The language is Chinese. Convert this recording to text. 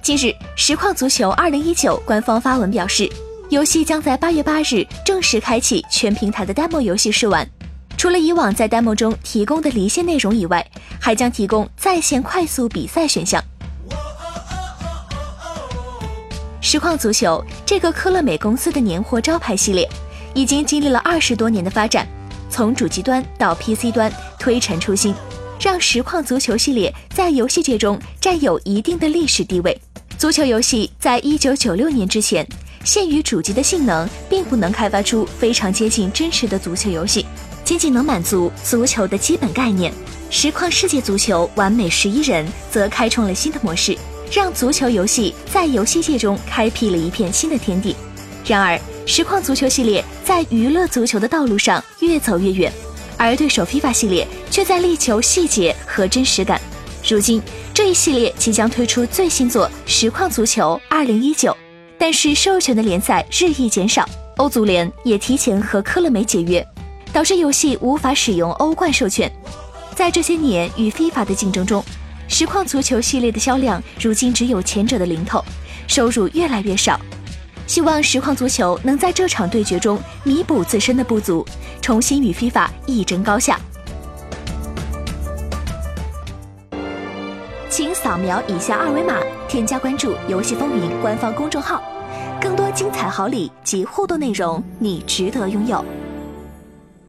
近日，实况足球2019官方发文表示，游戏将在8月8日正式开启全平台的 demo 游戏试玩。除了以往在 demo 中提供的离线内容以外，还将提供在线快速比赛选项。实况足球这个科乐美公司的年货招牌系列，已经经历了20多年的发展，从主机端到 PC 端推陈出新，让实况足球系列在游戏界中占有一定的历史地位。足球游戏在1996年之前，限于主机的性能，并不能开发出非常接近真实的足球游戏，仅仅能满足足球的基本概念。实况世界足球完美11人则开创了新的模式，让足球游戏在游戏界中开辟了一片新的天地。然而，实况足球系列在娱乐足球的道路上越走越远，而对手 FIFA 系列却在力求细节和真实感。如今，这一系列即将推出最新作《实况足球2019》，但是授权的联赛日益减少，欧足联也提前和科乐美解约，导致游戏无法使用欧冠授权。在这些年与 FIFA 的竞争中，实况足球系列的销量如今只有前者的零头，收入越来越少。希望实况足球能在这场对决中弥补自身的不足，重新与 FIFA 一争高下。请扫描以下二维码，添加关注游戏风云官方公众号，更多精彩好礼及互动内容，你值得拥有。